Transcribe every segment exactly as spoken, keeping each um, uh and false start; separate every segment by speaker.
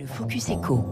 Speaker 1: Le Focus Éco.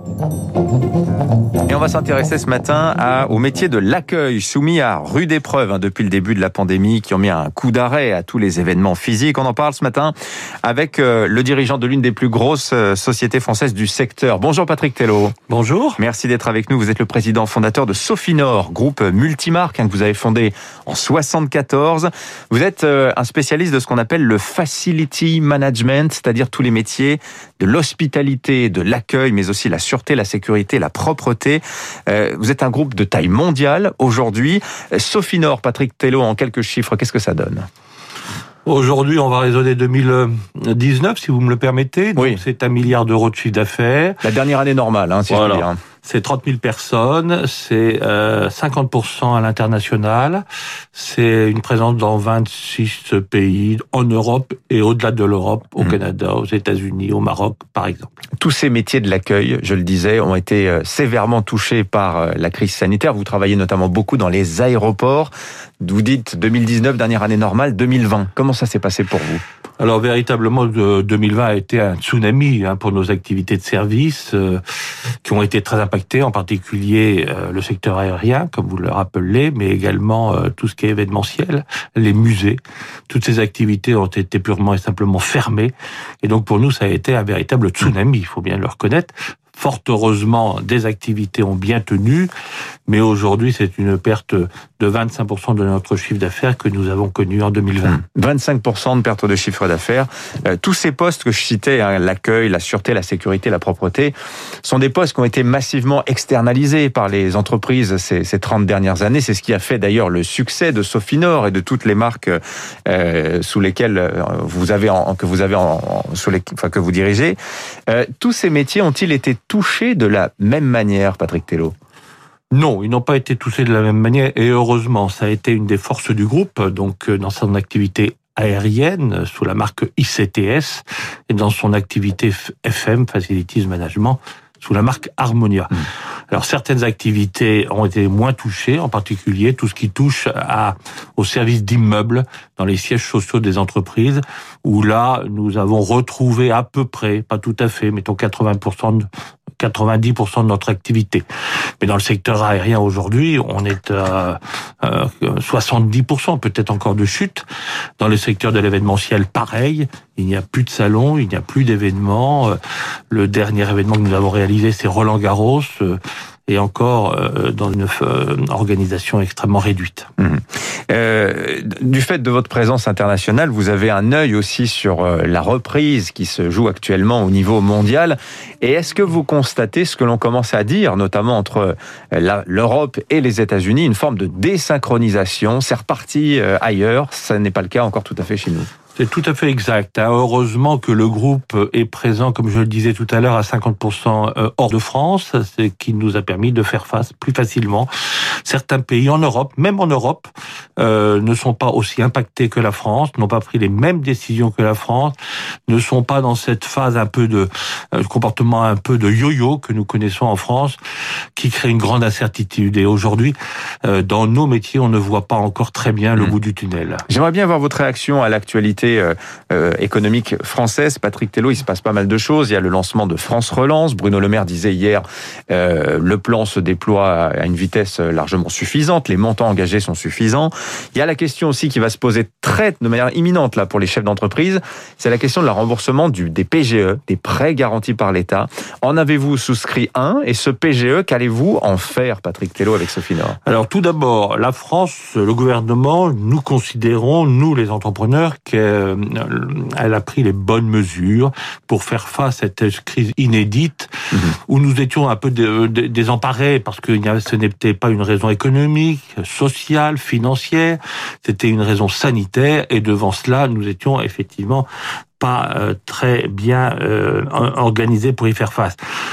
Speaker 2: Et on va s'intéresser ce matin à, au métier de l'accueil, soumis à rude épreuve hein, depuis le début de la pandémie, qui ont mis un coup d'arrêt à tous les événements physiques. On en parle ce matin avec euh, le dirigeant de l'une des plus grosses euh, sociétés françaises du secteur. Bonjour Patrick Tello.
Speaker 3: Bonjour.
Speaker 2: Merci d'être avec nous. Vous êtes le président fondateur de Sofinor, groupe multimarque hein, que vous avez fondé en soixante-quatorze. Vous êtes euh, un spécialiste de ce qu'on appelle le facility management, c'est-à-dire tous les métiers de l'hospitalité, de l'accueil, mais aussi la sûreté, la sécurité, la propreté. Euh, vous êtes un groupe de taille mondiale aujourd'hui. Sofinor, Patrick Tello, en quelques chiffres, qu'est-ce que ça donne ?
Speaker 3: Aujourd'hui, on va raisonner deux mille dix-neuf, si vous me le permettez. Donc,
Speaker 2: oui.
Speaker 3: C'est un milliard d'euros de chiffre d'affaires.
Speaker 2: La dernière année normale, hein, si
Speaker 3: voilà.
Speaker 2: je peux dire.
Speaker 3: C'est trente mille personnes, c'est euh, cinquante pour cent à l'international, c'est une présence dans vingt-six pays en Europe et au-delà de l'Europe, au mmh. Canada, aux États-Unis, au Maroc, par exemple.
Speaker 2: Tous ces métiers de l'accueil, je le disais, ont été sévèrement touchés par la crise sanitaire. Vous travaillez notamment beaucoup dans les aéroports. Vous dites deux mille dix-neuf, dernière année normale, deux mille vingt. Comment ça s'est passé pour vous ?
Speaker 3: Alors véritablement, deux mille vingt a été un tsunami hein, pour nos activités de service euh, qui ont été très impactées, en particulier euh, le secteur aérien, comme vous le rappelez, mais également euh, tout ce qui est événementiel, les musées. Toutes ces activités ont été purement et simplement fermées. Et donc pour nous, ça a été un véritable tsunami, il faut bien le reconnaître. Fort heureusement, des activités ont bien tenu, mais aujourd'hui, c'est une perte de vingt-cinq pour cent de notre chiffre d'affaires que nous avons connu en deux mille vingt.
Speaker 2: vingt-cinq pour cent de perte de chiffre d'affaires. Euh, tous ces postes que je citais, hein, l'accueil, la sûreté, la sécurité, la propreté, sont des postes qui ont été massivement externalisés par les entreprises ces, ces trente dernières années. C'est ce qui a fait d'ailleurs le succès de Sofinor et de toutes les marques euh, sous lesquelles vous avez, en, que vous avez, en, en, sous les, enfin, que vous dirigez. Euh, tous ces métiers ont-ils été touchés de la même manière, Patrick Tello ?
Speaker 3: Non, ils n'ont pas été touchés de la même manière, et heureusement, ça a été une des forces du groupe, donc dans son activité aérienne, sous la marque I C T S, et dans son activité F M, Facilities Management, sous la marque Harmonia. Mmh. Alors certaines activités ont été moins touchées, en particulier tout ce qui touche à, au service d'immeubles dans les sièges sociaux des entreprises, où là, nous avons retrouvé à peu près, pas tout à fait, mettons quatre-vingts pour cent de quatre-vingt-dix pour cent de notre activité. Mais dans le secteur aérien aujourd'hui, on est à euh, soixante-dix pour cent, peut-être encore de chute. Dans le secteur de l'événementiel, pareil, il n'y a plus de salons, il n'y a plus d'événements. Le dernier événement que nous avons réalisé, c'est Roland Garros, et encore euh, dans une euh, organisation extrêmement réduite.
Speaker 2: Mmh. Euh, du fait de votre présence internationale, vous avez un œil aussi sur euh, la reprise qui se joue actuellement au niveau mondial. Et est-ce que vous constatez ce que l'on commence à dire, notamment entre euh, la, l'Europe et les États-Unis, une forme de désynchronisation ? C'est reparti euh, ailleurs, ça n'est pas le cas encore tout à fait chez nous.
Speaker 3: C'est tout à fait exact. Heureusement que le groupe est présent, comme je le disais tout à l'heure, à cinquante pour cent hors de France, ce qui nous a permis de faire face plus facilement. Certains pays en Europe, même en Europe, euh, ne sont pas aussi impactés que la France, n'ont pas pris les mêmes décisions que la France, ne sont pas dans cette phase un peu de euh, comportement un peu de yo-yo que nous connaissons en France, qui crée une grande incertitude. Et aujourd'hui, euh, dans nos métiers, on ne voit pas encore très bien le mmh. bout du tunnel.
Speaker 2: J'aimerais bien avoir votre réaction à l'actualité Euh, euh, économique française. Patrick Tello, il se passe pas mal de choses. Il y a le lancement de France Relance. Bruno Le Maire disait hier, euh, le plan se déploie à une vitesse largement suffisante. Les montants engagés sont suffisants. Il y a la question aussi qui va se poser très, de manière imminente là pour les chefs d'entreprise. C'est la question de la remboursement du, des P G E, des prêts garantis par l'État. En avez-vous souscrit un? Et ce P G E, qu'allez-vous en faire, Patrick Tello, avec Sofinor?
Speaker 3: Alors tout d'abord, la France, le gouvernement, nous considérons, nous les entrepreneurs, que elle a pris les bonnes mesures pour faire face à cette crise inédite mmh. où nous étions un peu désemparés parce que ce n'était pas une raison économique, sociale, financière, c'était une raison sanitaire et devant cela, nous étions effectivement pas euh, très bien euh, organisés pour y faire face.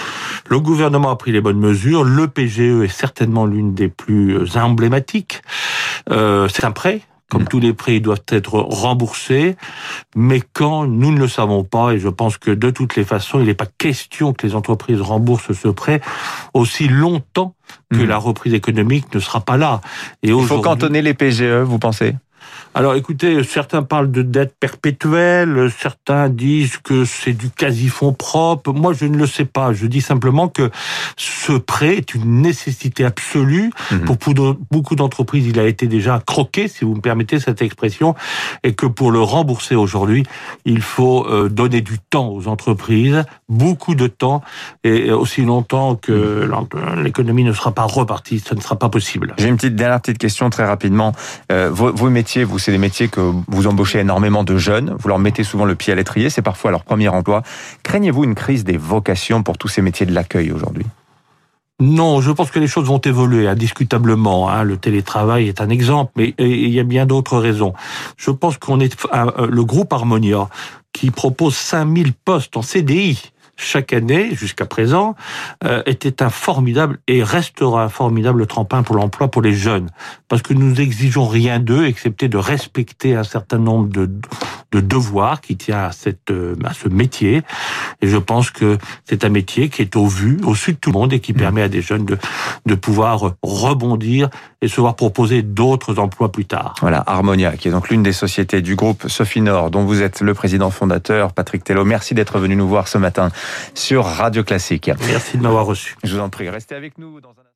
Speaker 3: Le gouvernement a pris les bonnes mesures. Le P G E est certainement l'une des plus emblématiques. Euh, c'est un prêt. Comme tous les prêts, ils doivent être remboursés. Mais quand, nous ne le savons pas, et je pense que de toutes les façons, il n'est pas question que les entreprises remboursent ce prêt aussi longtemps que mmh. la reprise économique ne sera pas là. Et
Speaker 2: il faut cantonner les P G E, vous pensez ?
Speaker 3: Alors écoutez, certains parlent de dette perpétuelle, certains disent que c'est du quasi-fonds propre. Moi, je ne le sais pas. Je dis simplement que ce prêt est une nécessité absolue. Mmh. Pour beaucoup d'entreprises, il a été déjà croqué, si vous me permettez cette expression, et que pour le rembourser aujourd'hui, il faut donner du temps aux entreprises, beaucoup de temps, et aussi longtemps que l'économie ne sera pas repartie, ça ne sera pas possible.
Speaker 2: J'ai une petite dernière petite question très rapidement. Euh, vos, vos métiers, vous, c'est des métiers que vous embauchez énormément de jeunes, vous leur mettez souvent le pied à l'étrier, c'est parfois leur premier emploi. Craignez-vous une crise des vocations pour tous ces métiers de l'accueil aujourd'hui ?
Speaker 3: Non, je pense que les choses vont évoluer indiscutablement. Hein. Le télétravail est un exemple, mais il y a bien d'autres raisons. Je pense qu'on est le groupe Harmonia qui propose cinq mille postes en C D I chaque année, jusqu'à présent, euh, était un formidable et restera un formidable tremplin pour l'emploi pour les jeunes. Parce que nous n'exigeons rien d'eux, excepté de respecter un certain nombre de, de devoirs qui tient à, cette, à ce métier. Et je pense que c'est un métier qui est au vu, au sud de tout le monde et qui permet à des jeunes de, de pouvoir rebondir et se voir proposer d'autres emplois plus tard.
Speaker 2: Voilà, Harmonia, qui est donc l'une des sociétés du groupe Sofinor, dont vous êtes le président fondateur, Patrick Tello. Merci d'être venu nous voir ce matin sur Radio Classique.
Speaker 3: Merci de m'avoir reçu.
Speaker 2: Je vous en prie, restez avec nous dans un